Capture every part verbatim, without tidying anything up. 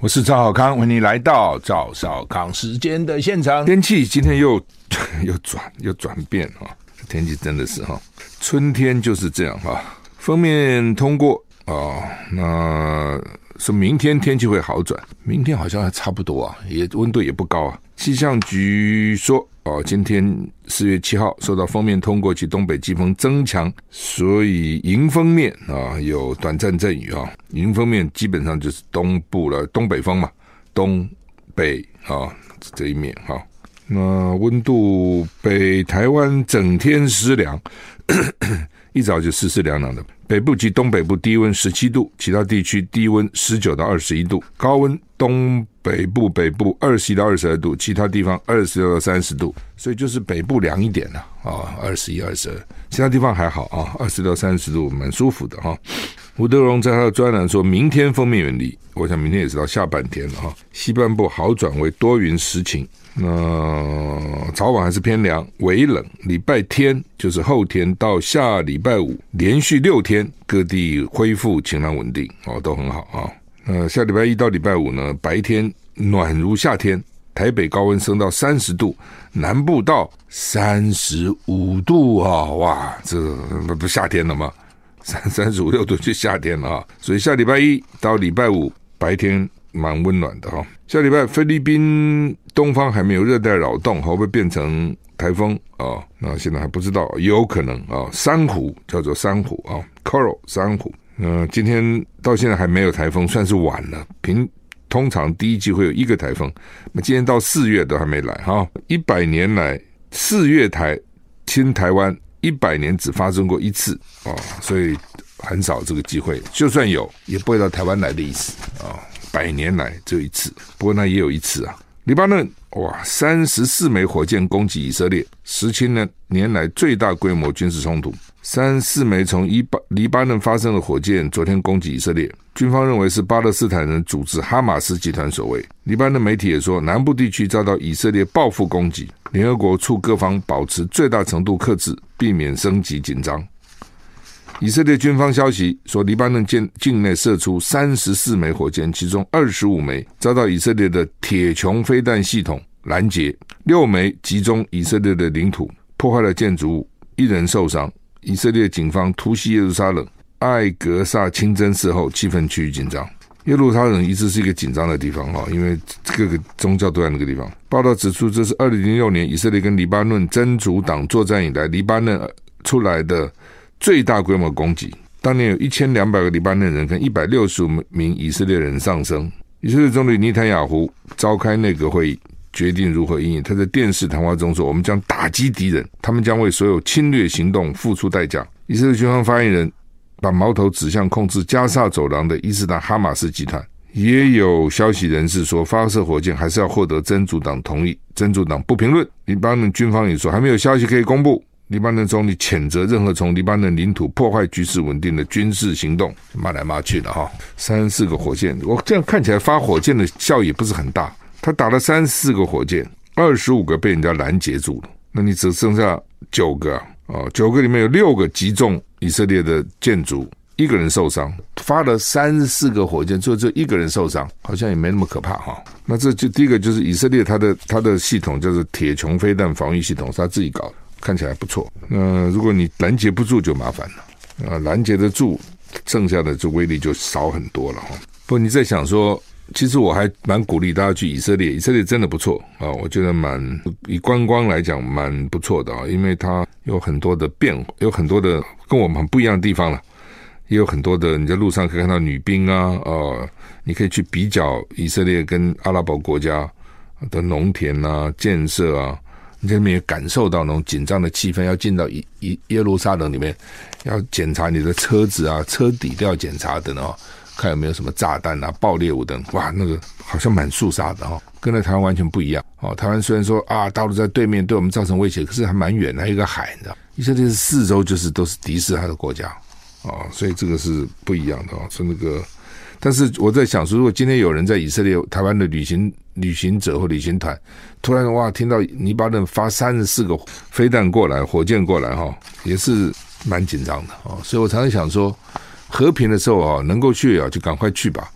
我是赵少康，欢迎你来到赵少康时间的现场。天气今天又又转又转变哈，天气真的是哈，春天就是这样哈。锋面通过啊，那说明天天气会好转，明天好像还差不多啊，也温度也不高啊。气象局说哦，今天四月七号受到锋面通过及东北季风增强，所以迎风面啊有短暂阵雨啊。迎风面基本上就是东部了，东北风嘛，东北啊这一面哈。那温度北台湾整天湿凉，一早就湿湿凉凉的。北部及东北部低温十七度，其他地区低温十九到二十一度，高温东北部北部二十一到二十二度，其他地方二十六到三十度，所以就是北部凉一点了啊，二十一、二十二，其他地方还好啊，二十到三十度，蛮舒服的哈。吴德荣在他的专栏说，明天锋面远离，我想明天也是到下半天了哈。西半部好转为多云时晴，那早晚还是偏凉，微冷。礼拜天就是后天到下礼拜五，连续六天各地恢复晴朗稳定哦，都很好啊。呃，下礼拜一到礼拜五呢，白天暖如夏天，台北高温升到三十度，南部到三十五度啊！哇，这不夏天了吗？三三十五六度就夏天了啊！所以下礼拜一到礼拜五白天蛮温暖的哈。下礼拜菲律宾东方还没有热带扰动，会不会变成台风啊？那现在还不知道，有可能啊。珊瑚叫做珊瑚啊 ，coral 珊瑚。呃，今天到现在还没有台风，算是晚了。平通常第一季会有一个台风，那今天到四月都还没来哈。一百年来四月台亲台湾，一百年只发生过一次啊，所以很少这个机会。就算有，也不会到台湾来的意思啊。百年来只有一次，不过那也有一次啊。黎巴嫩哇，三十四枚火箭攻击以色列，十七年来最大规模军事冲突。三四枚从黎巴嫩发生的火箭昨天攻击以色列，军方认为是巴勒斯坦人组织哈马斯集团所为。黎巴嫩媒体也说，南部地区遭到以色列报复攻击，联合国促各方保持最大程度克制，避免升级紧张。以色列军方消息说，黎巴嫩境内射出三十四枚火箭，其中二十五枚遭到以色列的铁穹飞弹系统拦截，六枚集中以色列的领土，破坏了建筑物，一人受伤。以色列警方突袭耶路撒冷艾格萨清真寺后，气氛趋于紧张。耶路撒冷一直是一个紧张的地方，因为各个宗教都在那个地方。报道指出，这是二零零六年以色列跟黎巴嫩真主党作战以来，黎巴嫩出来的最大规模攻击。当年有一千两百个黎巴嫩人跟一百六十五名以色列人丧生。以色列总理尼坦雅胡召开内阁会议，决定如何因应。他在电视谈话中说，我们将打击敌人，他们将为所有侵略行动付出代价。以色列军方发言人把矛头指向控制加萨走廊的伊斯兰哈马斯集团。也有消息人士说，发射火箭还是要获得真主党同意，真主党不评论。黎巴嫩军方也说还没有消息可以公布。黎巴嫩总理谴责任何从黎巴嫩领土破坏局势稳定的军事行动，骂来骂去的哈。三十四个火箭，我这样看起来发火箭的效益不是很大。他打了三十四个火箭，二十五个被人家拦截住了，那你只剩下九个啊，哦，九个里面有六个击中以色列的建筑，一个人受伤。发了三十四个火箭，最后只有一个人受伤，好像也没那么可怕哈。那这就第一个就是以色列他的他的系统叫做铁穹飞弹防御系统，是他自己搞的，看起来不错。那如果你拦截不住就麻烦了啊，拦截得住，剩下的这威力就少很多了哈。不过你在想说，其实我还蛮鼓励大家去以色列，以色列真的不错啊，我觉得蛮以观光来讲蛮不错的啊，因为它有很多的变，有很多的跟我们很不一样的地方了，也有很多的你在路上可以看到女兵啊，呃，你可以去比较以色列跟阿拉伯国家的农田啊、建设啊，你在那边也感受到那种紧张的气氛。要进到耶路撒冷里面，要检查你的车子啊，车底都要检查的呢。看有没有什么炸弹啊、爆裂物等，哇，那个好像蛮肃杀的哈，跟在台湾完全不一样哦。台湾虽然说啊，大陆在对面对我们造成威胁，可是还蛮远的，还有一个海，你知道，以色列是四周就是都是敌视他的国家哦，所以这个是不一样的哦。是那个，但是我在想说，如果今天有人在以色列、台湾的旅行旅行者或旅行团，突然哇听到黎巴嫩发三十四个飞弹过来、火箭过来哈、哦，也是蛮紧张的哦。所以我常常想说，和平的时候啊，能够去啊就赶快去吧，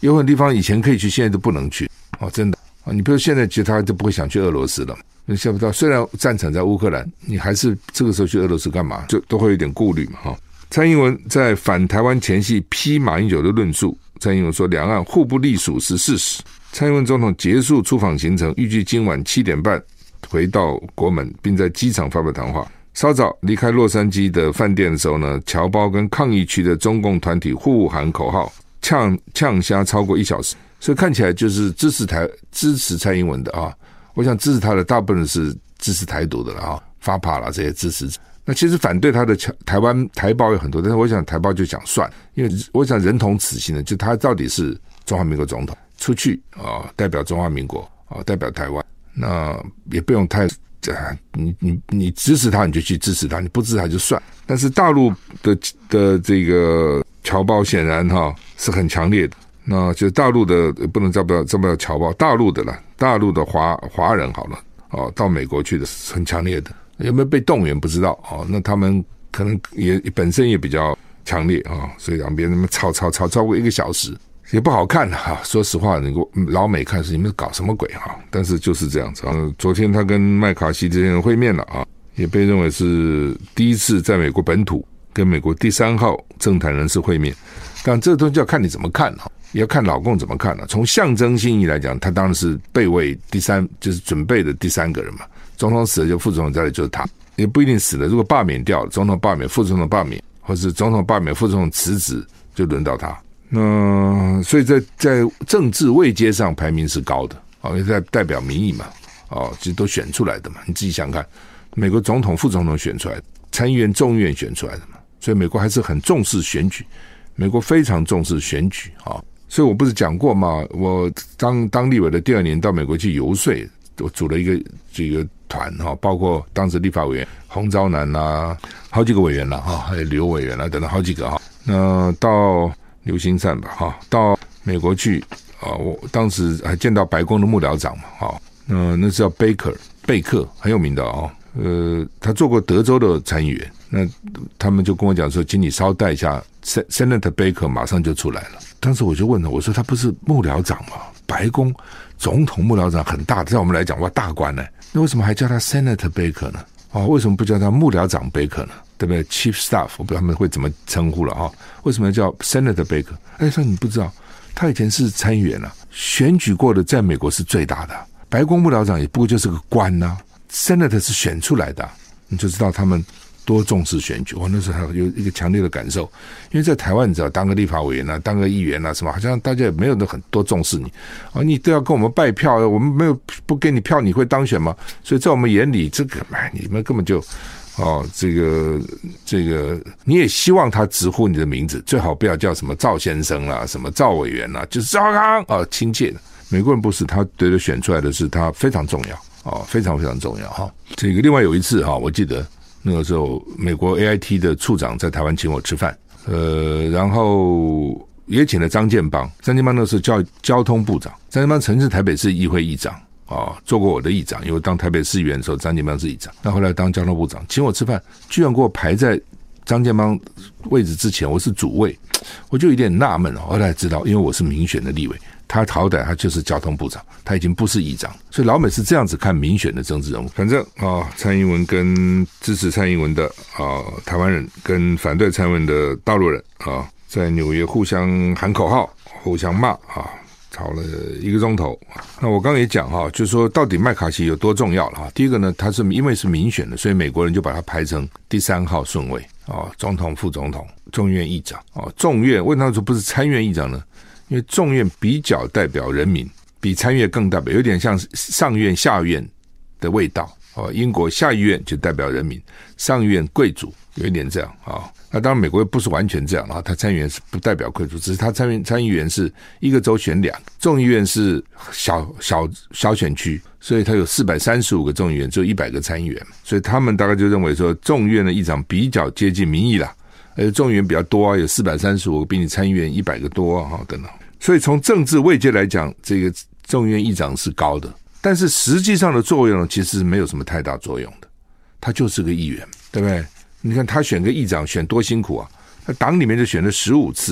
有很多地方以前可以去，现在都不能去哦，真的啊！你比如现在其实他就不会想去俄罗斯了，你想不到，虽然战场在乌克兰，你还是这个时候去俄罗斯干嘛？就都会有点顾虑嘛哈。蔡英文在反台湾前夕批马英九的论述，蔡英文说两岸互不隶属是事实。蔡英文总统结束出访行程，预计今晚七点半回到国门，并在机场发表谈话。稍早离开洛杉矶的饭店的时候呢，侨胞跟抗议区的中共团体互喊口号，呛呛虾超过一小时，所以看起来就是支持台支持蔡英文的啊。我想支持他的大部分是支持台独的了啊，发帕啦这些支持者。那其实反对他的台湾台胞有很多，但是我想台胞就想算，因为我想人同此心的，就他到底是中华民国总统出去啊，代表中华民国啊，代表台湾，那也不用太啊，你你你支持他你就去支持他，你不支持他就算。但是大陆的的这个侨胞显然哈是很强烈的，那就大陆的不能叫不要这么叫侨胞，大陆的啦，大陆的华华人好了哦，到美国去的很强烈的。有没有被动员不知道哦，那他们可能也本身也比较强烈啊、哦，所以两边那么吵吵吵超过一个小时也不好看哈、啊。说实话，你老美看是你们搞什么鬼哈、啊？但是就是这样子啊。昨天他跟麦卡锡这些人会面了啊，也被认为是第一次在美国本土跟美国第三号政坛人士会面。但这个东西要看你怎么看哈、啊，也要看老共怎么看了、啊。从象征性意义来讲，他当然是备位第三，就是准备的第三个人嘛。总统死了就副总统在的就是他，也不一定死了。如果罢免掉了，总统罢免、副总统罢免，或是总统罢免、副总统辞职，就轮到他。那所以在在政治位阶上排名是高的啊，因为在代表民意嘛，哦，其实都选出来的嘛。你自己想想看，美国总统、副总统选出来的，参议院、众议院选出来的嘛，所以美国还是很重视选举，美国非常重视选举啊。所以我不是讲过嘛，我当当立委的第二年到美国去游说，我组了一个这个团哈，包括当时立法委员洪昭南啦，好几个委员啦哈，还有刘委员啦等等好几个哈。那到刘兴善吧哈，到美国去啊，我当时还见到白宫的幕僚长嘛哈，那那是叫贝克贝克很有名的啊，呃，他做过德州的参议员，那他们就跟我讲说，请你稍待一下 ，Senator Baker 马上就出来了。当时我就问他，我说他不是幕僚长吗？白宫总统幕僚长很大的，在我们来讲哇大官呢，那为什么还叫他 Senator Baker 呢？哦，为什么不叫他幕僚长 Baker 呢？对不对 ？Chief Staff， 我不知道他们会怎么称呼了哈、哦？为什么要叫 Senator Baker？ 哎，说你不知道，他以前是参议员啊，选举过的，在美国是最大的。白宫幕僚长也不过就是个官呐、啊、，Senator 是选出来的，你就知道他们多重视选举。我那时候还有一个强烈的感受，因为在台湾，你知道，当个立法委员啊，当个议员啊，什么，好像大家也没有很多重视你啊，你都要跟我们拜票，我们没有不给你票，你会当选吗？所以在我们眼里，这个哎，你们根本就哦，这个这个，你也希望他直呼你的名字，最好不要叫什么赵先生啦，什么赵委员啦，就是赵康啊，亲切的。美国人不是，他对他选出来的是他非常重要哦，非常非常重要哈。这个另外有一次哈，我记得。那个时候，美国 A I T 的处长在台湾请我吃饭，呃，然后也请了张建邦。张建邦那时候叫交通部长，张建邦曾是台北市议会议长啊、哦，做过我的议长，因为当台北市议员的时候，张建邦是议长。那后来当交通部长，请我吃饭，居然给我排在张建邦位置之前，我是主位，我就有点纳闷哦。后来知道，因为我是民选的立委。他好歹他就是交通部长，他已经不是议长，所以老美是这样子看民选的政治人物。反正啊，蔡英文跟支持蔡英文的啊台湾人跟反对蔡英文的大陆人啊，在纽约互相喊口号，互相骂啊，吵了一个钟头。那我刚刚也讲哈、啊，就是说到底麦卡锡有多重要了啊？第一个呢，他是因为是民选的，所以美国人就把他排成第三号顺位啊，总统、副总统、众议院议长啊，众院为什么说不是参院议长呢？因为众院比较代表人民，比参院更代表，有点像上院下院的味道哦。英国下议院就代表人民，上议院贵族，有一点这样啊、哦。那当然美国不是完全这样啊，他参议员是不代表贵族，只是他参议参议员是一个州选两个，众议院是小小小选区，所以他有四百三十五个众议员，只有一百个参议员，所以他们大概就认为说众议院的议长比较接近民意啦。而众议员比较多啊，有四百三十五个，比你参议员一百个多啊，等等。所以从政治位阶来讲，这个众议院议长是高的，但是实际上的作用其实没有什么太大作用的，他就是个议员，对不对？你看他选个议长选多辛苦啊，他党里面就选了十五次，诶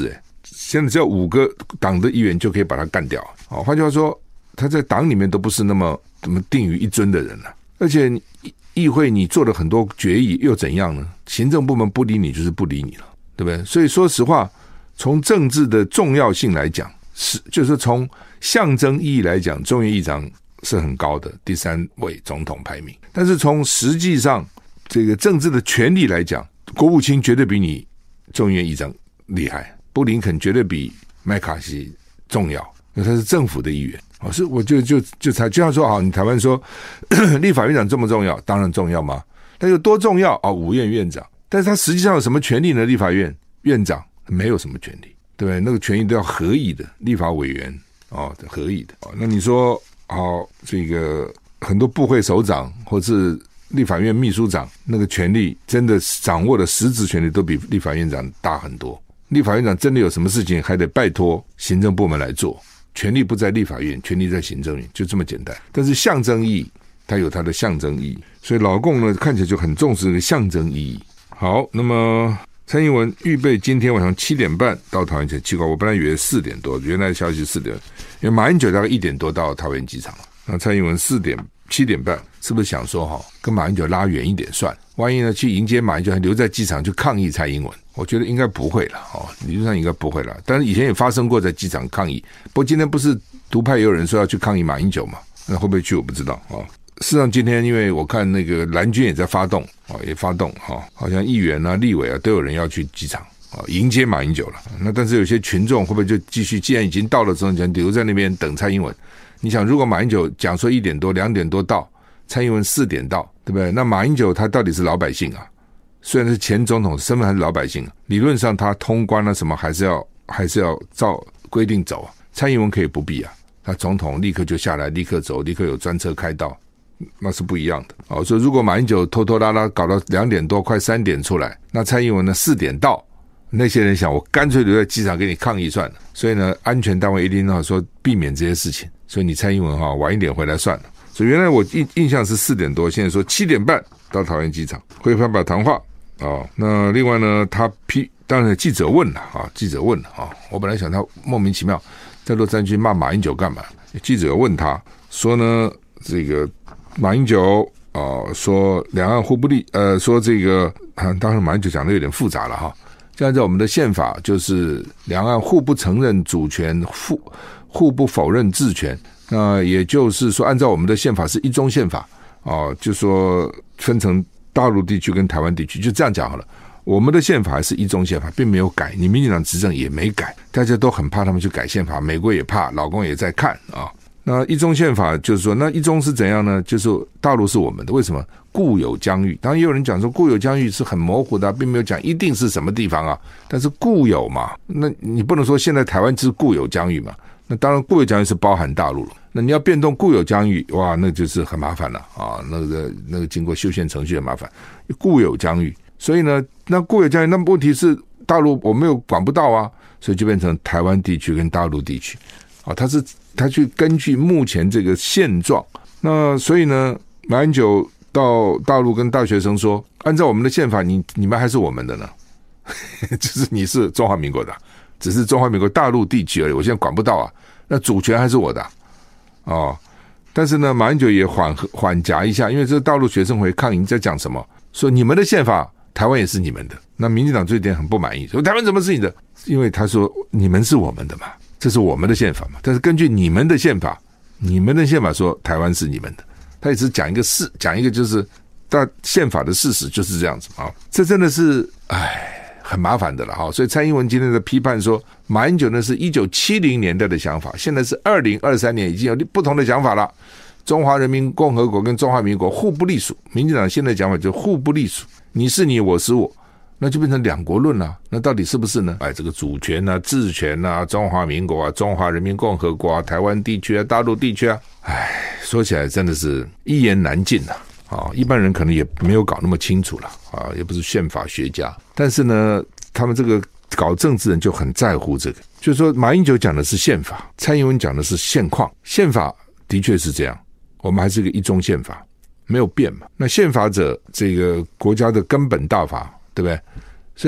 现在只要五个党的议员就可以把他干掉。哦，换句话说，他在党里面都不是那么怎么定于一尊的人了、啊。而且议会你做了很多决议又怎样呢？行政部门不理你就是不理你了，对不对？所以说实话，从政治的重要性来讲，是就是从象征意义来讲，众议院议长是很高的第三位总统排名。但是从实际上这个政治的权力来讲，国务卿绝对比你众议院议长厉害，布林肯绝对比麦卡锡重要，因为他是政府的议员。哦，是我就就就才就像说，好，你台湾说立法院长重不重要？当然重要嘛。但有多重要啊？五院院长，但是他实际上有什么权利呢？立法院院长没有什么权利，对不对？那个权利都要合议的，立法委员哦，合议的。哦，那你说好，这个很多部会首长或是立法院秘书长，那个权力真的掌握的实质权力都比立法院长大很多。立法院长真的有什么事情还得拜托行政部门来做。权力不在立法院，权力在行政院，就这么简单。但是象征意义，它有它的象征意义，所以老共呢看起来就很重视这个象征意义。好，那么蔡英文预备今天晚上七点半到桃园机场，奇怪，我本来以为四点多，原来的消息四点，因为马英九大概一点多到桃园机场了，那蔡英文四点七点半，是不是想说哈，跟马英九拉远一点算？万一呢去迎接马英九，还留在机场去抗议蔡英文？我觉得应该不会了哦，理论上应该不会了。但是以前也发生过在机场抗议，不过今天不是独派也有人说要去抗议马英九嘛？那会不会去我不知道哦。事实上今天因为我看那个蓝军也在发动哦，也发动哈、哦，好像议员啊、立委啊都有人要去机场啊、哦、迎接马英九了。那但是有些群众会不会就继续，既然已经到了之后，就留在那边等蔡英文？你想，如果马英九讲说一点多、两点多到，蔡英文四点到，对不对？那马英九他到底是老百姓啊？虽然是前总统，身份还是老百姓，理论上他通关了什么还是要还是要照规定走啊。蔡英文可以不必啊，他总统立刻就下来，立刻走，立刻有专车开道，那是不一样的哦。所以如果马英九拖拖拉拉搞到两点多快三点出来，那蔡英文呢四点到，那些人想我干脆留在机场给你抗议算了。所以呢，安全单位一定要说避免这些事情，所以你蔡英文哈晚一点回来算了。所以原来我印印象是四点多，现在说七点半到桃园机场会发表谈话。哦，那另外呢，他批当然记者问了啊，记者问了啊，我本来想他莫名其妙在洛杉矶骂马英九干嘛？记者问他说呢，这个马英九啊、呃、说两岸互不利，呃，说这个啊，当然马英九讲的有点复杂了哈。现在在我们的宪法就是两岸互不承认主权，互互不否认治权。那也就是说，按照我们的宪法是一中宪法啊、呃，就说分成大陆地区跟台湾地区，就这样讲好了。我们的宪法还是一中宪法，并没有改，你民进党执政也没改，大家都很怕他们去改宪法，美国也怕，老公也在看啊。那一中宪法就是说，那一中是怎样呢？就是大陆是我们的，为什么？固有疆域。当然也有人讲说，固有疆域是很模糊的，并没有讲一定是什么地方啊。但是固有嘛，那你不能说现在台湾是固有疆域嘛？那当然，固有疆域是包含大陆了。那你要变动固有疆域，哇，那就是很麻烦了啊！那个那个经过修宪程序很麻烦。固有疆域，所以呢，那固有疆域，那问题是大陆我没有管不到啊，所以就变成台湾地区跟大陆地区。啊，他是他去根据目前这个现状，那所以呢，马英九到大陆跟大学生说，按照我们的宪法，你你们还是我们的呢，就是你是中华民国的，只是中华民国大陆地区而已，我现在管不到啊，那主权还是我的。哦，但是呢，马英九也缓缓夹一下，因为这大陆学生会抗议在讲什么，说你们的宪法，台湾也是你们的。那民进党这一点很不满意，说台湾怎么是你的？因为他说你们是我们的嘛，这是我们的宪法嘛。但是根据你们的宪法，你们的宪法说台湾是你们的，他也只讲一个事，讲一个就是大宪法的事实就是这样子啊。这真的是唉。很麻烦的了哈，所以蔡英文今天的批判说，马英九呢是一九七零年代的想法，现在是二零二三年，已经有不同的想法了。中华人民共和国跟中华民国互不隶属，民进党现在讲法就是互不隶属，你是你，我是我，那就变成两国论了。那到底是不是呢？哎，这个主权啊、治权啊、中华民国啊、中华人民共和国啊、台湾地区啊、大陆地区啊，哎，说起来真的是一言难尽啊。啊，一般人可能也没有搞那么清楚了啊，也不是宪法学家，但是呢，他们这个搞政治人就很在乎这个，就是说马英九讲的是宪法，蔡英文讲的是现况，宪法的确是这样，我们还是一个一中宪法，没有变嘛。那宪法者这个国家的根本大法，对不对？所以你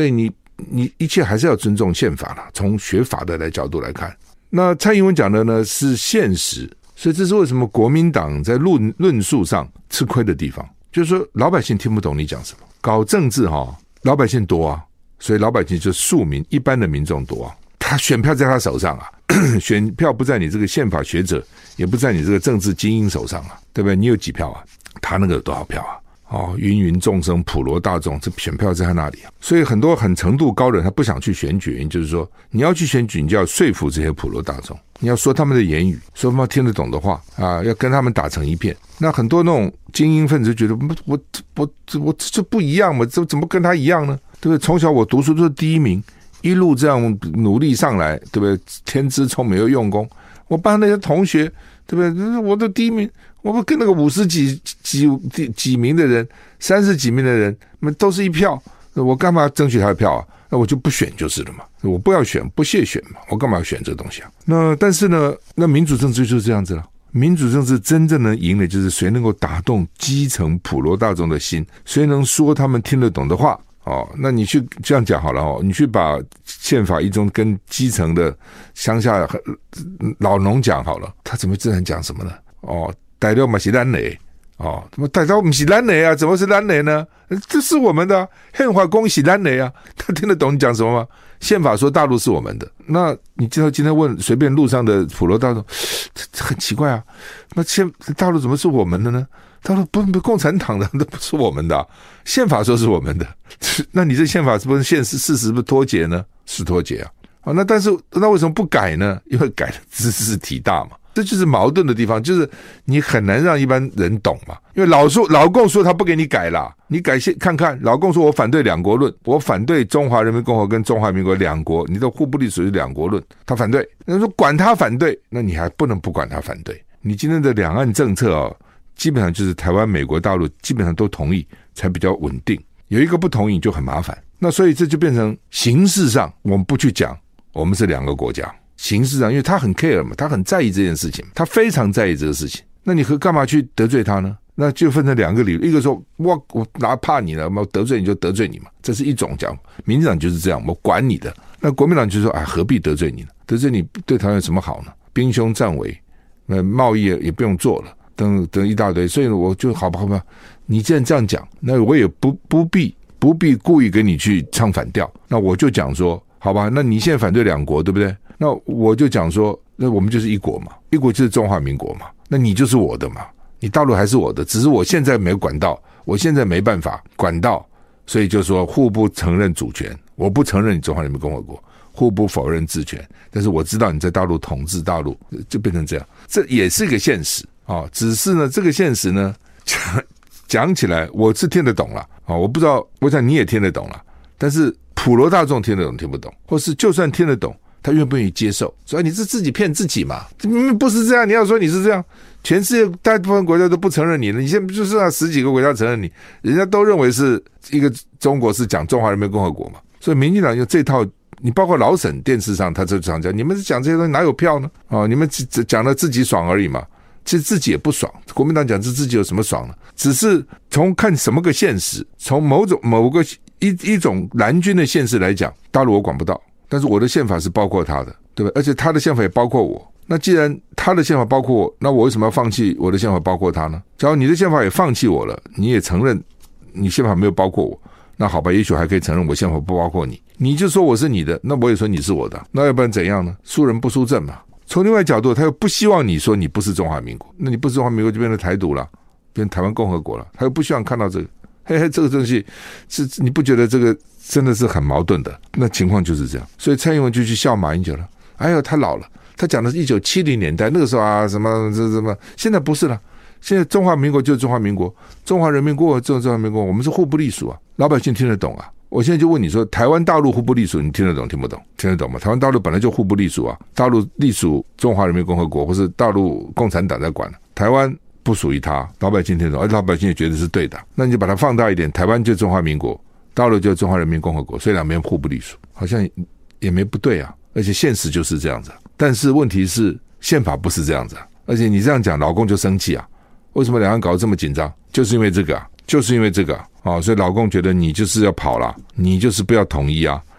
你一切还是要尊重宪法啦，从学法的来角度来看。那蔡英文讲的呢是现实，所以这是为什么国民党在论论述上吃亏的地方，就是说老百姓听不懂你讲什么。搞政治哈、哦，老百姓多啊，所以老百姓就庶民一般的民众多啊，他选票在他手上啊，选票不在你这个宪法学者，也不在你这个政治精英手上啊，对不对？你有几票啊？他那个有多少票啊？哦，芸芸众生，普罗大众，这选票在他那里啊。所以很多很程度高的人，他不想去选举，原因就是说，你要去选举，你就要说服这些普罗大众，你要说他们的言语，说他们听得懂的话啊，要跟他们打成一片。那很多那种精英分子觉得，我我我我这不一样嘛，这怎么跟他一样呢？对不对？从小我读书都是第一名，一路这样努力上来，对不对？天资聪明又用功，我班那些同学，对不对？我的第一名。我们跟那个五十几几几几名的人，三十几名的人，那都是一票，我干嘛争取他的票啊？那我就不选就是了嘛，我不要选，不屑选嘛，我干嘛要选这东西啊？那但是呢，那民主政治就是这样子了。民主政治真正能赢的就是谁能够打动基层普罗大众的心，谁能说他们听得懂的话。哦，那你去这样讲好了哦，你去把宪法一中跟基层的乡下老农讲好了，他怎么自然讲什么呢？哦。台州嘛是咱的哦，怎么台州不是咱的啊？怎么是咱的呢？这是我们的、啊，宪法公是咱的啊。他听得懂你讲什么吗？宪法说大陆是我们的，那你知道今天问随便路上的普罗大众，这很奇怪啊。那宪大陆怎么是我们的呢？大陆不不共产党的，那不是我们的、啊，宪法说是我们的。那你这宪法是不是现实事实不脱节呢？是脱节啊。啊，那但是那为什么不改呢？因为改的知识体大嘛。这就是矛盾的地方，就是你很难让一般人懂嘛。因为老说老共说他不给你改啦，你改看看。老共说我反对两国论，我反对中华人民共和国跟中华民国两国，你的互不隶属于两国论，他反对。那说管他反对，那你还不能不管他反对。你今天的两岸政策哦，基本上就是台湾、美国、大陆基本上都同意才比较稳定，有一个不同意就很麻烦。那所以这就变成形式上我们不去讲，我们是两个国家。形式上，因为他很 care 嘛，他很在意这件事情，他非常在意这个事情。那你和干嘛去得罪他呢？那就分成两个理由，一个说我我哪怕你了，我得罪你就得罪你嘛，这是一种讲。民进党就是这样，我管你的。那国民党就说，哎，何必得罪你呢？得罪你对台湾有什么好呢？兵凶战危，那贸易也不用做了，等等一大堆。所以我就好吧好吧，你既然这样讲，那我也不不必不必故意跟你去唱反调。那我就讲说，好吧，那你现在反对两国，对不对？那我就讲说，那我们就是一国嘛，一国就是中华民国嘛，那你就是我的嘛，你大陆还是我的，只是我现在没有管到，我现在没办法管到，所以就说互不承认主权，我不承认你中华人民共和国，互不否认治权，但是我知道你在大陆统治大陆，就变成这样，这也是一个现实啊、哦。只是呢，这个现实呢，讲讲起来我是听得懂了啊、哦，我不知道，我想你也听得懂了，但是普罗大众听得懂听不懂，或是就算听得懂。他愿不愿意接受？所以你是自己骗自己嘛？嗯，不是这样。你要说你是这样，全世界大部分国家都不承认你了。你现在不就是那十几个国家承认你，人家都认为是一个中国是讲中华人民共和国嘛。所以民进党用这套，你包括老省电视上他就常讲，你们讲这些东西哪有票呢？哦，你们讲了自己爽而已嘛。其实自己也不爽，国民党讲是自己有什么爽呢？只是从看什么个现实，从某种某个一一种蓝军的现实来讲，大陆我管不到。但是我的宪法是包括他的，对吧？而且他的宪法也包括我。那既然他的宪法包括我，那我为什么要放弃我的宪法包括他呢？假如你的宪法也放弃我了，你也承认你宪法没有包括我，那好吧，也许还可以承认我宪法不包括你。你就说我是你的，那我也说你是我的，那要不然怎样呢？输人不输阵嘛。从另外角度，他又不希望你说你不是中华民国，那你不是中华民国就变成台独了，变成台湾共和国了，他又不希望看到这个。嘿嘿，这个东西是你不觉得这个真的是很矛盾的？那情况就是这样，所以蔡英文就去笑马英九了。哎呦，他老了，他讲的是一九七零年代那个时候啊，什么这什么，现在不是了。现在中华民国就是中华民国，中华人民共和国就是中华民国，我们是互不隶属啊，老百姓听得懂啊。我现在就问你说，台湾大陆互不隶属，你听得懂听不懂？听得懂吗？台湾大陆本来就互不隶属啊，大陆隶属中华人民共和国，或是大陆共产党在管，台湾不属于他，老百姓听得懂，而老百姓也觉得是对的，那你就把它放大一点，台湾就中华民国，大陆就中华人民共和国，所以两边互不隶属，好像也没不对啊，而且现实就是这样子。但是问题是宪法不是这样子啊，而且你这样讲，老公就生气啊。为什么两岸搞得这么紧张？就是因为这个啊，就是因为这个啊，哦，所以老公觉得你就是要跑啦，你就是不要统一啊，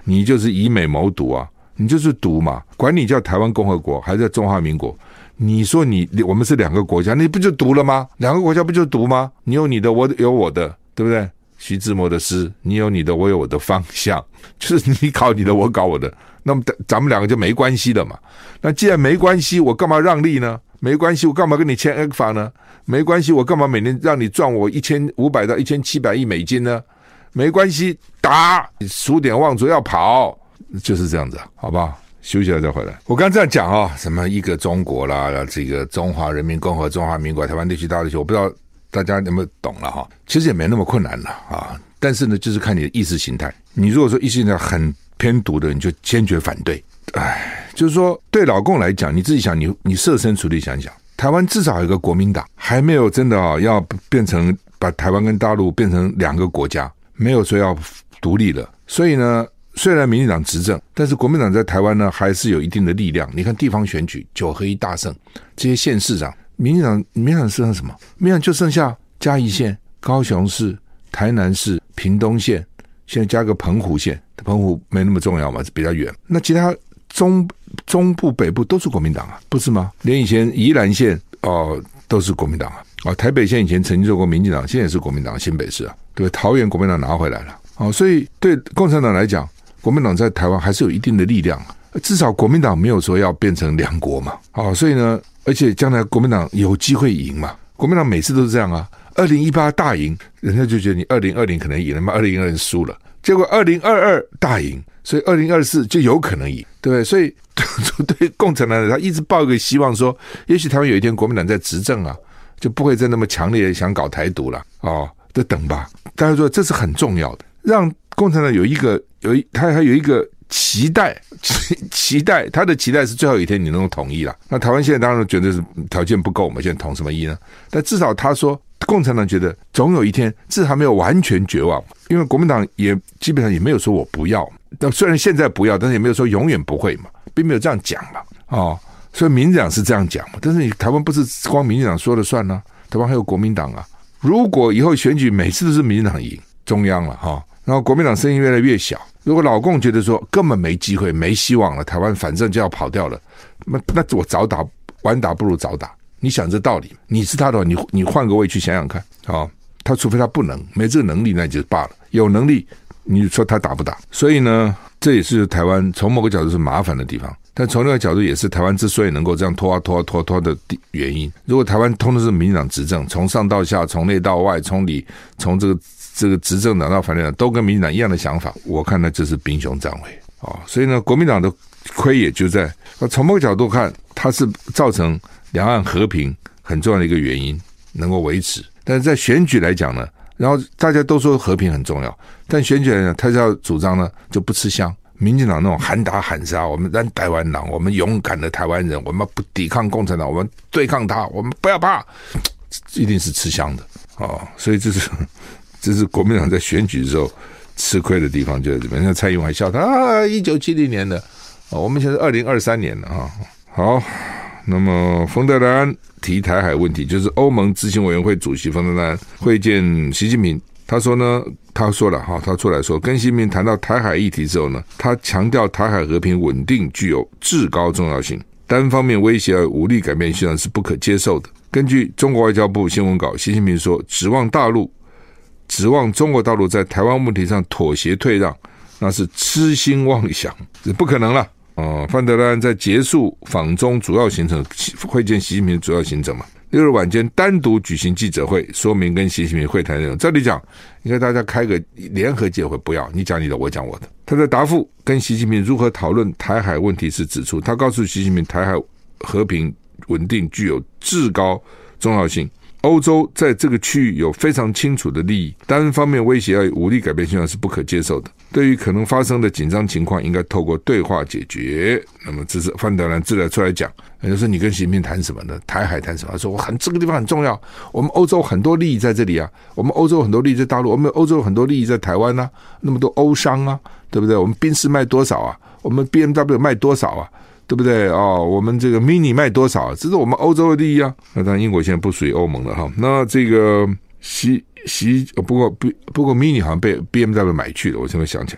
你就是以美谋独啊，你就是独嘛，管你叫台湾共和国还是叫中华民国，你说你我们是两个国家，你不就独了吗？两个国家不就独吗？你有你的，我有我的，对不对？徐志摩的诗，你有你的，我有我的方向，就是你搞你的，我搞我的，那么咱们两个就没关系了嘛。那既然没关系，我干嘛让利呢？没关系，我干嘛跟你签 E C F A 呢？没关系，我干嘛每年让你赚我一千五百到一千七百亿美金呢？没关系，打，数典忘祖要跑，就是这样子，好不好？休息了再回来。我刚刚这样讲啊、哦，什么一个中国啦，这个中华人民共和中华民国台湾地区大地区，我不知道大家有没有懂了哈？其实也没那么困难了啊，但是呢，就是看你的意识形态。你如果说意识形态很偏独的，你就坚决反对。哎，就是说对老共来讲，你自己想，你你设身处地想想，台湾至少有一个国民党，还没有真的啊、哦、要变成把台湾跟大陆变成两个国家。没有说要独立了，所以呢，虽然民进党执政，但是国民党在台湾呢还是有一定的力量。你看地方选举九合一大胜，这些县市长，民进党民进党剩下什么？民进党就剩下嘉义县、高雄市、台南市、屏东县，现在加个澎湖县，澎湖没那么重要嘛，比较远。那其他中中部、北部都是国民党啊，不是吗？连以前宜兰县哦、呃、都是国民党啊。哦，台北县以前曾经做过民进党，现在也是国民党，新北市啊，对，桃园国民党拿回来了。哦，所以对共产党来讲，国民党在台湾还是有一定的力量啊，至少国民党没有说要变成两国嘛。哦，所以呢，而且将来国民党有机会赢嘛。国民党每次都是这样啊，二零一八大赢，人家就觉得你二零二零可能赢了嘛，二零二零输了，结果二零二二大赢，所以二零二四就有可能赢，对不对？所以对共产党他一直抱一个希望说，也许台湾有一天国民党在执政啊，就不会再那么强烈想搞台独了哦，就等吧。大家说这是很重要的，让共产党有一个有一他还有一个期待，期期待他的期待是最后一天你能够统一了。那台湾现在当然觉得是条件不够嘛，现在统什么一呢？但至少他说共产党觉得总有一天，至少没有完全绝望，因为国民党也基本上也没有说我不要，但虽然现在不要，但是也没有说永远不会嘛，并没有这样讲嘛，哦。所以民进党是这样讲嘛，但是你台湾不是光民进党说了算啊，台湾还有国民党啊。如果以后选举每次都是民进党赢中央了哈，然后国民党声音越来越小，如果老共觉得说根本没机会没希望了，台湾反正就要跑掉了，那那我早打晚打不如早打。你想这道理，你是他的话，你你换个位去想想看啊、哦，他除非他不能没这个能力，那也就罢了，有能力你说他打不打？所以呢，这也是台湾从某个角度是麻烦的地方，但从另外一个角度也是台湾之所以能够这样拖啊拖啊拖啊拖的原因。如果台湾通通是民进党执政，从上到下，从内到外，从里从这个这个执政党到反对党都跟民进党一样的想法，我看那就是兵凶战危哦。所以呢，国民党的亏也就在从某个角度看，它是造成两岸和平很重要的一个原因，能够维持。但是在选举来讲呢，然后大家都说和平很重要，但选举来讲，他要主张呢就不吃香。民进党那种喊打喊杀，我们让台湾人，我们勇敢的台湾人，我们不抵抗共产党，我们对抗他，我们不要怕，一定是吃香的哦。所以这是这是国民党在选举的时候吃亏的地方，就在这边。那蔡英文还笑他啊，一九七零年的、哦，我们现在二零二三年了啊。好，那么冯德兰提台海问题，就是欧盟执行委员会主席冯德兰会见习近平。他说呢，他说了哈，他出来说，跟习近平谈到台海议题之后呢，他强调台海和平稳定具有至高重要性，单方面威胁武力改变现状是不可接受的。根据中国外交部新闻稿，习近平说，指望大陆，指望中国大陆在台湾问题上妥协退让，那是痴心妄想，是不可能了。呃，范德兰在结束访中主要行程，会见习近平主要行程嘛。六日晚间单独举行记者会，说明跟习近平会谈内容。这里讲，应该大家开个联合记者会，不要你讲你的，我讲我的。他在答复跟习近平如何讨论台海问题时指出，他告诉习近平，台海和平稳定具有至高重要性。欧洲在这个区域有非常清楚的利益，单方面威胁要武力改变现状是不可接受的。对于可能发生的紧张情况，应该透过对话解决。那么这是范德兰自来出来讲，也就是说你跟习近平谈什么呢？台海谈什么？他说我很这个地方很重要，我们欧洲很多利益在这里啊，我们欧洲很多利益在大陆，我们欧洲很多利益在台湾啊，那么多欧商啊，对不对？我们宾士卖多少啊？我们 B M W 卖多少啊？对不对哦？我们这个 Mini 卖多少？这是我们欧洲的利益啊。那当然，英国现在不属于欧盟了哈。那这个习习不过不过 Mini 好像被 B M W 买去了，我现在想起来。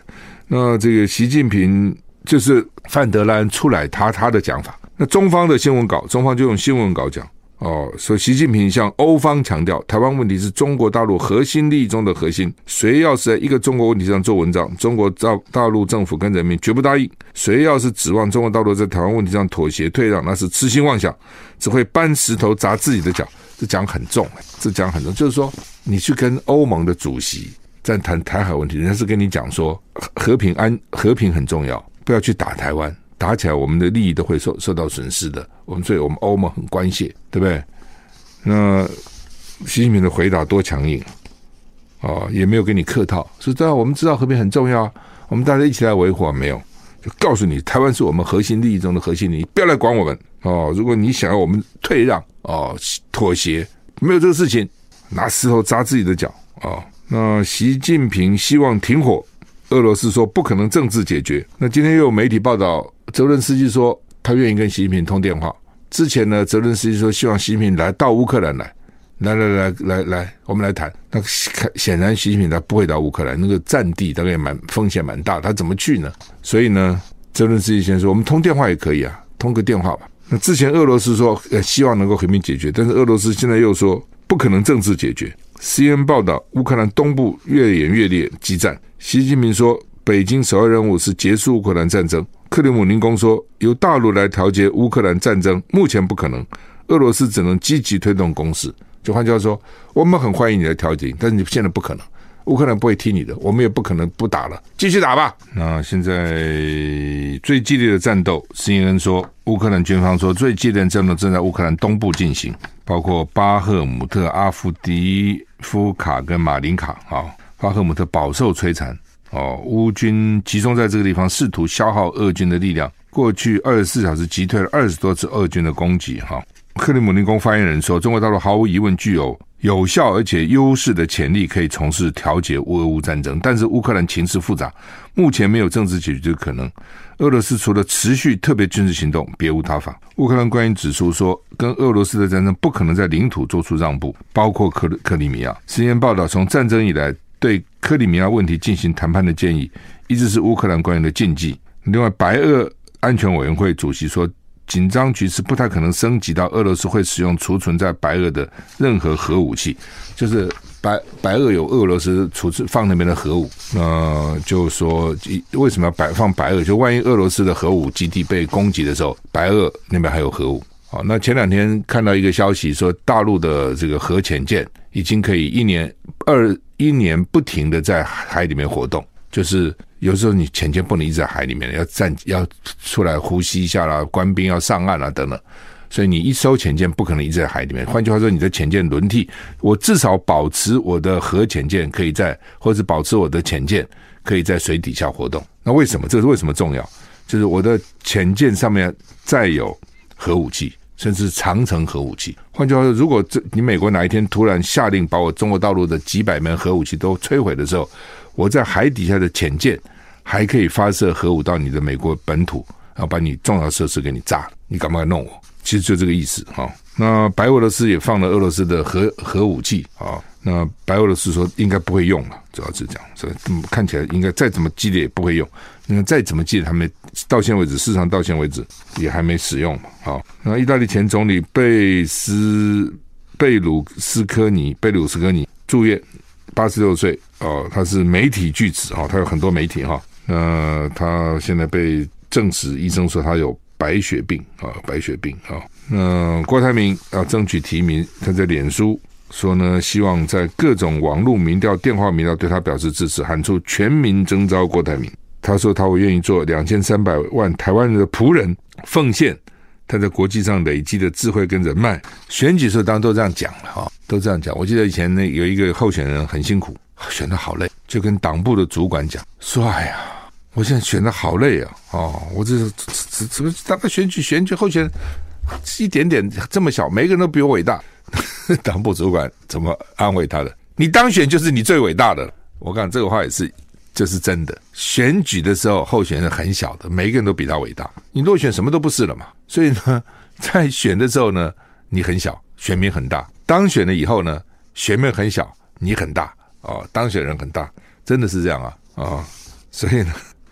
那这个习近平就是范德兰出来他他的讲法，那中方的新闻稿，中方就用新闻稿讲哦，所以习近平向欧方强调，台湾问题是中国大陆核心利益中的核心，谁要是在一个中国问题上做文章，中国大陆政府跟人民绝不答应，谁要是指望中国大陆在台湾问题上妥协退让，那是痴心妄想，只会搬石头砸自己的脚。这讲很重，这讲很重，就是说你去跟欧盟的主席在谈台海问题，人家是跟你讲说和平安和平很重要，不要去打台湾，打起来我们的利益都会受受到损失的，我们所以我们欧盟很关切，对不对？那习近平的回答多强硬哦，也没有跟你客套，说知道我们知道和平很重要，我们大家一起来维护，没有，就告诉你台湾是我们核心利益中的核心利益，不要来管我们哦。如果你想要我们退让哦妥协，没有这个事情，拿石头砸自己的脚哦。那习近平希望停火，俄罗斯说不可能政治解决。那今天又有媒体报道，泽伦斯基说他愿意跟习近平通电话。之前呢，泽伦斯基说希望习近平来到乌克兰来，来来来来来，我们来谈。那显然习近平他不会到乌克兰，那个战地大概也蛮风险蛮大，他怎么去呢？所以呢，泽伦斯基先说我们通电话也可以啊，通个电话吧。那之前俄罗斯说、呃、希望能够和平解决，但是俄罗斯现在又说不可能政治解决。C N N 报道，乌克兰东部越演越烈，激战。习近平说，北京首要任务是结束乌克兰战争。克里姆林宫说，由大陆来调节乌克兰战争，目前不可能，俄罗斯只能积极推动攻势。就换句话说，我们很欢迎你来调解，但是你现在不可能，乌克兰不会听你的，我们也不可能不打了，继续打吧。那现在最激烈的战斗 ，C N N 说，乌克兰军方说，最激烈的战斗正在乌克兰东部进行，包括巴赫姆特、阿夫迪夫卡跟马林卡啊。巴赫姆特饱受摧残哦，乌军集中在这个地方，试图消耗俄军的力量。过去二十四小时击退了二十多次俄军的攻击哈。克里姆林宫发言人说，中国大陆毫无疑问具有有效而且优势的潜力，可以从事调解俄乌战争，但是乌克兰情势复杂，目前没有政治解决的可能。俄罗斯除了持续特别军事行动，别无他法。乌克兰官员指出说，跟俄罗斯的战争不可能在领土做出让步，包括克克里米亚。实验报道，从战争以来，对克里米亚问题进行谈判的建议，一直是乌克兰官员的禁忌。另外，白俄安全委员会主席说，紧张局势不太可能升级到俄罗斯会使用储存在白俄的任何核武器，就是白白俄有俄罗斯储存放那边的核武，呃，就说为什么要摆放白俄？就万一俄罗斯的核武基地被攻击的时候，白俄那边还有核武。好，那前两天看到一个消息说，大陆的这个核潜舰已经可以一年二一年不停的在海里面活动，就是有时候你潜舰不能一直在海里面，要站要出来呼吸一下啦，官兵要上岸啦等等，所以你一艘潜舰不可能一直在海里面。换句话说，你的潜舰轮替，我至少保持我的核潜舰可以在，或者保持我的潜舰可以在水底下活动。那为什么？这是为什么重要？就是我的潜舰上面再有核武器，甚至长程核武器。换句话说，如果这你美国哪一天突然下令把我中国大陆的几百枚核武器都摧毁的时候，我在海底下的潜舰还可以发射核武到你的美国本土，然后把你重要设施给你炸了，你敢不敢弄我？其实就这个意思哈。那白俄罗斯也放了俄罗斯的核核武器啊，那白俄罗斯说应该不会用了，主要是这样，所以看起来应该再怎么激烈也不会用。那再怎么激烈，他们到现在为止，市场到现在为止也还没使用嘛。好，那意大利前总理贝斯贝鲁斯科尼贝鲁斯科尼住院，八十六岁哦，他是媒体巨子哦，他有很多媒体哈。那他现在被证实，医生说他有白血病啊，白血病啊。那郭台铭要争取提名，他在脸书说呢，希望在各种网络民调、电话民调对他表示支持，喊出全民征召郭台铭。他说他会愿意做两千三百万台湾人的仆人，奉献他在国际上累积的智慧跟人脉。选举时候当然都这样讲了哈，都这样讲。我记得以前呢有一个候选人很辛苦，选得好累，就跟党部的主管讲说：“哎呀，我现在选得好累啊！哦，我这这这大概选举选举候选人一点点这么小，每个人都比我伟大。”党部主管怎么安慰他的？你当选就是你最伟大的了。我讲这个话也是。这是真的，选举的时候候选人很小的，每一个人都比他伟大，你落选什么都不是了嘛。所以呢，在选的时候呢，你很小，选民很大；当选了以后呢，选民很小，你很大哦，当选人很大，真的是这样啊啊、哦！所以呢，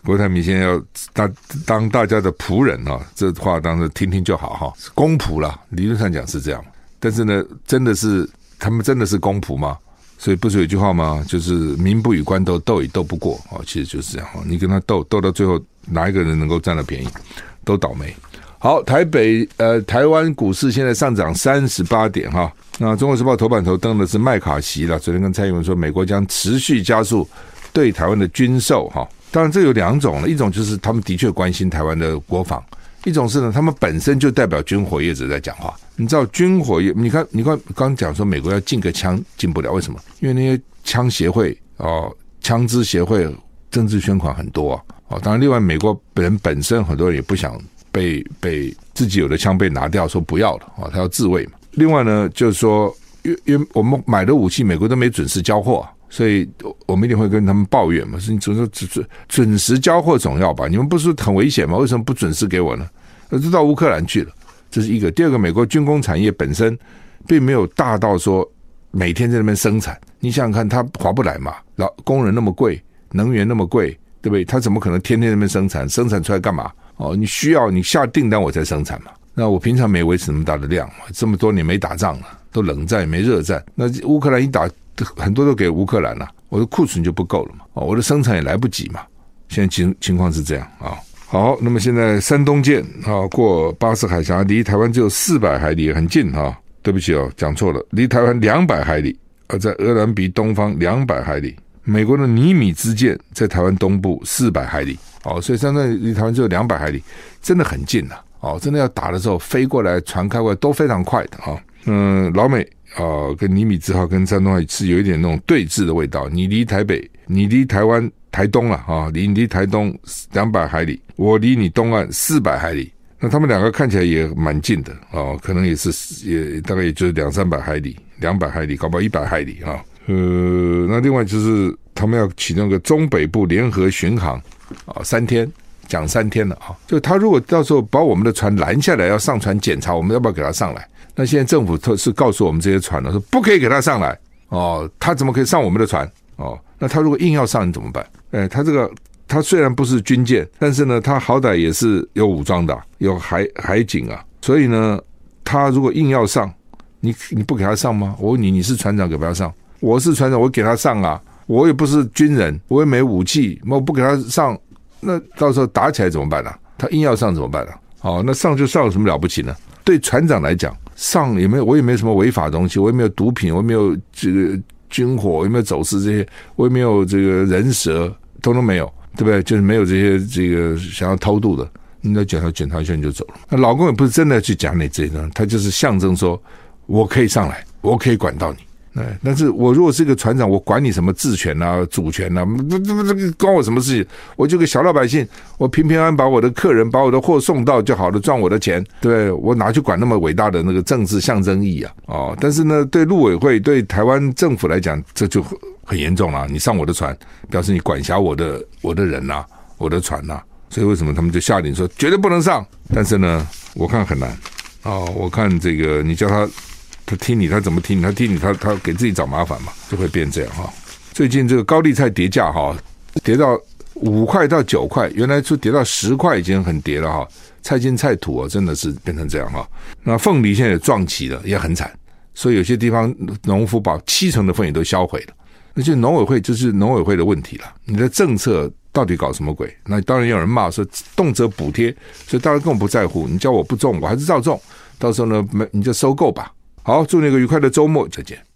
郭台铭现在要当当大家的仆人啊，这话当然听听就好哈，公仆啦，理论上讲是这样，但是呢，真的是他们真的是公仆吗？所以不是有一句话吗？就是民不与官斗，斗也斗不过哦，其实就是这样，你跟他斗，斗到最后哪一个人能够占到便宜，都倒霉。好，台北呃台湾股市现在上涨三十八点哈。那中国时报头版头登的是麦卡锡了，昨天跟蔡英文说，美国将持续加速对台湾的军售哈。当然这有两种了，一种就是他们的确关心台湾的国防，一种是呢他们本身就代表军火业者在讲话。你知道军火业，你看你看刚刚讲说美国要进个枪进不了，为什么？因为那些枪协会哦，枪支协会政治宣传很多啊。哦，当然另外美国人本身很多人也不想被被自己有的枪被拿掉，说不要了啊，他要自卫嘛。另外呢，就是说，因因为我们买的武器，美国都没准时交货、啊，所以我们一定会跟他们抱怨嘛。是你准时准准时交货总要吧？你们不是很危险吗？为什么不准时给我呢？这到乌克兰去了，这是一个。第二个，美国军工产业本身并没有大到说每天在那边生产。你想想看，它划不来嘛？劳工人那么贵，能源那么贵，对不对？他怎么可能天天在那边生产？生产出来干嘛？哦，你需要你下订单我才生产嘛。那我平常没维持那么大的量嘛，这么多年没打仗了，都冷战没热战。那乌克兰一打，很多都给乌克兰了，我的库存就不够了嘛，哦，我的生产也来不及嘛。现在情情况是这样啊。好，那么现在山东舰啊过巴士海峡，离台湾只有四百海里，很近哈、啊。对不起哦，讲错了，离台湾两百海里，而在俄兰比东方两百海里。美国的尼米兹舰在台湾东部四百海里，哦，所以相当于离台湾只有两百海里，真的很近啊。哦，真的要打的时候，飞过来、船开过来都非常快的啊。嗯，老美啊、呃，跟尼米兹号跟山东号是有一点那种对峙的味道。你离台北，你离台湾台东了啊，离离台东两百海里，我离你东岸四百海里。那他们两个看起来也蛮近的哦，可能也是也大概也就是两三百海里、两百海里，搞不好一百海里啊。呃，那另外就是他们要启动个中北部联合巡航啊，三天。讲三天了啊！就他如果到时候把我们的船拦下来，要上船检查，我们要不要给他上来？那现在政府是告诉我们这些船了，说不可以给他上来哦。他怎么可以上我们的船哦？那他如果硬要上，你怎么办？哎，他这个他虽然不是军舰，但是呢，他好歹也是有武装的，有海海警啊。所以呢，他如果硬要上，你你不给他上吗？我问你，你是船长，给不给他上？我是船长，我给他上啊！我也不是军人，我也没武器，我不给他上。那到时候打起来怎么办呢、啊？他硬要上怎么办呢、啊？哦，那上就上有什么了不起呢？对船长来讲，上也没有，我也没有什么违法东西，我也没有毒品，我也没有这个军火，我也没有走私这些，我也没有这个人蛇，通通没有，对不对？就是没有这些这个想要偷渡的，你再检查检查一下你就走了。那老公也不是真的去讲你这一张，他就是象征说，我可以上来，我可以管到你。但是我如果是一个船长，我管你什么治权啊、主权啊，这这这关我什么事情？我就个小老百姓，我平平安安把我的客人、把我的货送到就好了，赚我的钱，对我哪去管那么伟大的那个政治象征意义啊？哦，但是呢，对陆委会、对台湾政府来讲，这就很严重了。你上我的船，表示你管辖我的我的人呐、啊，我的船呐、啊，所以为什么他们就下令说绝对不能上？但是呢，我看很难哦，我看这个你叫他。他听你，他怎么听你？他听你，他他给自己找麻烦嘛，就会变这样哈。最近这个高丽菜跌价哈，跌到五块到九块，原来说跌到十块已经很跌了哈。菜金菜土啊，真的是变成这样哈。那凤梨现在也撞期了，也很惨，所以有些地方农夫把七成的凤梨都销毁了。那就农委会就是农委会的问题了，你的政策到底搞什么鬼？那当然有人骂说动辄补贴，所以大家根本不在乎，你叫我不种，我还是照种，到时候呢，你就收购吧。好，祝你一个愉快的周末，再见。